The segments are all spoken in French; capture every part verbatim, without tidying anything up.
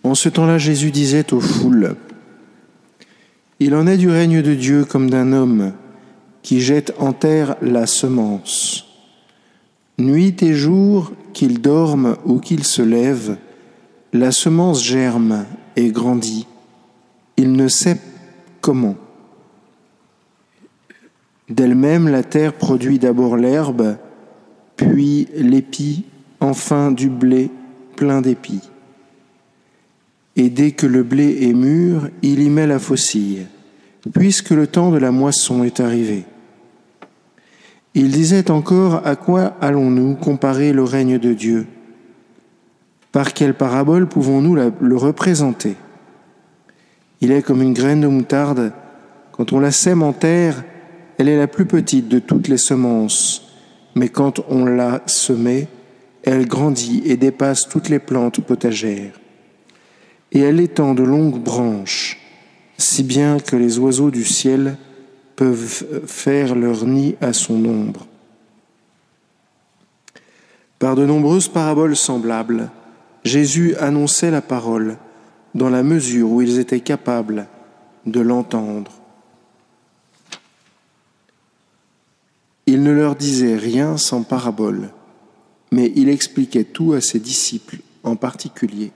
En ce temps-là, Jésus disait aux foules : « Il en est du règne de Dieu comme d'un homme qui jette en terre la semence. Nuit et jour, qu'il dorme ou qu'il se lève, la semence germe et grandit. Il ne sait comment. D'elle-même, la terre produit d'abord l'herbe, puis l'épi, enfin du blé plein d'épis. Et dès que le blé est mûr, il y met la faucille, puisque le temps de la moisson est arrivé. » Il disait encore : « À quoi allons-nous comparer le règne de Dieu ? Par quelle parabole pouvons-nous la, le représenter ? Il est comme une graine de moutarde. Quand on la sème en terre, elle est la plus petite de toutes les semences. Mais quand on l'a semée, elle grandit et dépasse toutes les plantes potagères. Et elle étend de longues branches, si bien que les oiseaux du ciel peuvent faire leur nid à son ombre. » Par de nombreuses paraboles semblables, Jésus annonçait la parole dans la mesure où ils étaient capables de l'entendre. Il ne leur disait rien sans parabole, mais il expliquait tout à ses disciples en particulier.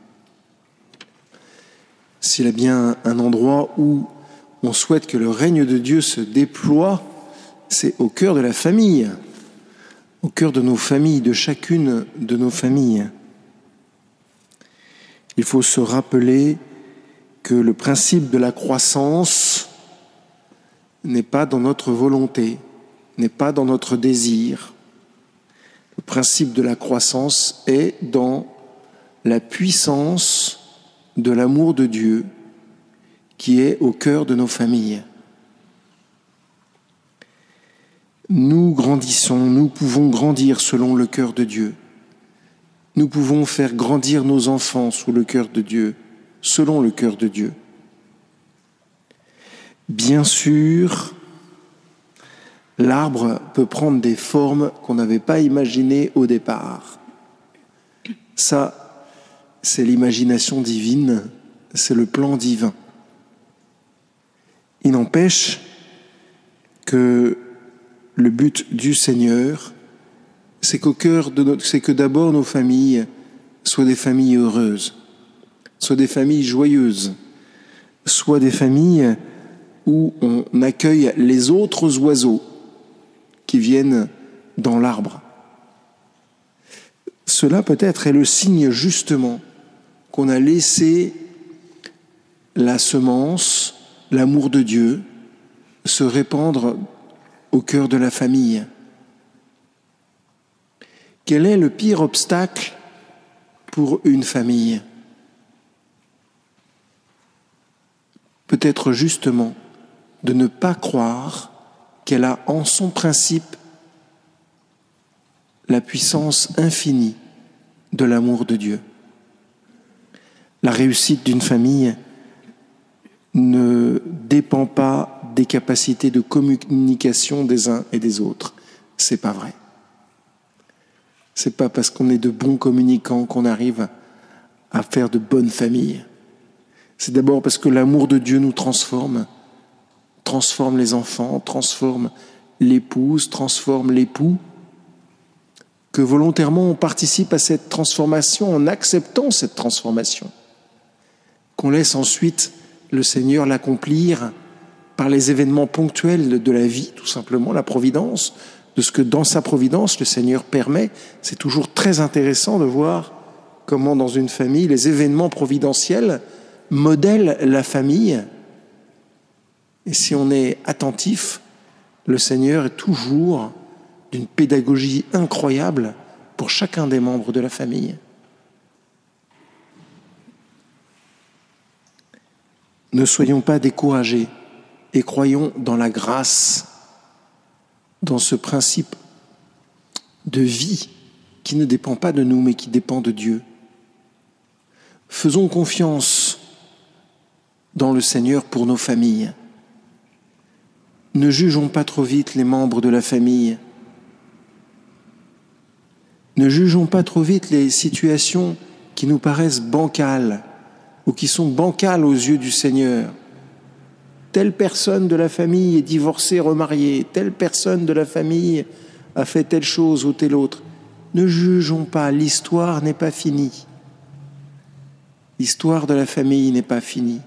S'il y a bien un endroit où on souhaite que le règne de Dieu se déploie, c'est au cœur de la famille, au cœur de nos familles, de chacune de nos familles. Il faut se rappeler que le principe de la croissance n'est pas dans notre volonté, n'est pas dans notre désir. Le principe de la croissance est dans la puissance de l'amour de Dieu qui est au cœur de nos familles. Nous grandissons, nous pouvons grandir selon le cœur de Dieu. Nous pouvons faire grandir nos enfants sous le cœur de Dieu, selon le cœur de Dieu. Bien sûr, l'arbre peut prendre des formes qu'on n'avait pas imaginées au départ. Ça, c'est l'imagination divine, c'est le plan divin. Il n'empêche que le but du Seigneur, c'est qu'au cœur de notre, c'est que d'abord nos familles soient des familles heureuses, soient des familles joyeuses, soient des familles où on accueille les autres oiseaux qui viennent dans l'arbre. Cela peut-être est le signe justement qu'on a laissé la semence, l'amour de Dieu, se répandre au cœur de la famille. Quel est le pire obstacle pour une famille ? Peut-être justement de ne pas croire qu'elle a en son principe la puissance infinie de l'amour de Dieu. La réussite d'une famille ne dépend pas des capacités de communication des uns et des autres. C'est pas vrai. C'est pas parce qu'on est de bons communicants qu'on arrive à faire de bonnes familles. C'est d'abord parce que l'amour de Dieu nous transforme, transforme les enfants, transforme l'épouse, transforme l'époux, que volontairement on participe à cette transformation en acceptant cette transformation, qu'on laisse ensuite le Seigneur l'accomplir par les événements ponctuels de la vie, tout simplement, la providence, de ce que dans sa providence le Seigneur permet. C'est toujours très intéressant de voir comment dans une famille les événements providentiels modèlent la famille. Et si on est attentif, le Seigneur est toujours d'une pédagogie incroyable pour chacun des membres de la famille. Ne soyons pas découragés et croyons dans la grâce, dans ce principe de vie qui ne dépend pas de nous mais qui dépend de Dieu. Faisons confiance dans le Seigneur pour nos familles. Ne jugeons pas trop vite les membres de la famille. Ne jugeons pas trop vite les situations qui nous paraissent bancales, ou qui sont bancales aux yeux du Seigneur. Telle personne de la famille est divorcée, remariée, telle personne de la famille a fait telle chose ou telle autre. Ne jugeons pas, l'histoire n'est pas finie. L'histoire de la famille n'est pas finie.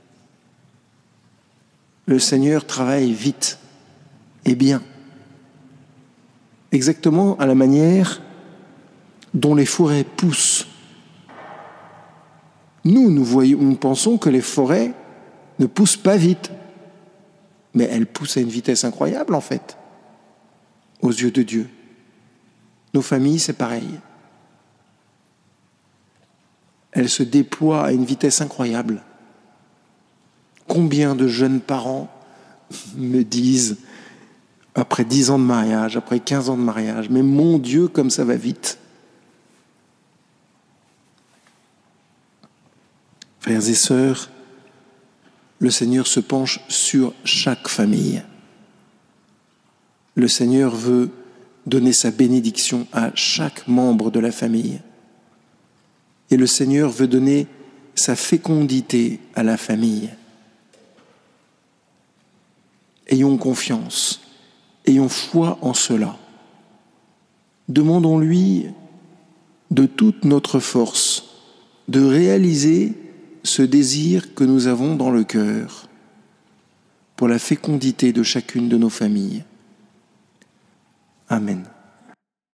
Le Seigneur travaille vite et bien, exactement à la manière dont les forêts poussent. Nous, nous, voyons, nous pensons que les forêts ne poussent pas vite, mais elles poussent à une vitesse incroyable en fait, aux yeux de Dieu. Nos familles, c'est pareil. Elles se déploient à une vitesse incroyable. Combien de jeunes parents me disent, après dix ans de mariage, après quinze ans de mariage, mais mon Dieu, comme ça va vite. Frères et sœurs, le Seigneur se penche sur chaque famille. Le Seigneur veut donner sa bénédiction à chaque membre de la famille. Et le Seigneur veut donner sa fécondité à la famille. Ayons confiance, ayons foi en cela. Demandons-lui de toute notre force de réaliser ce désir que nous avons dans le cœur pour la fécondité de chacune de nos familles. Amen.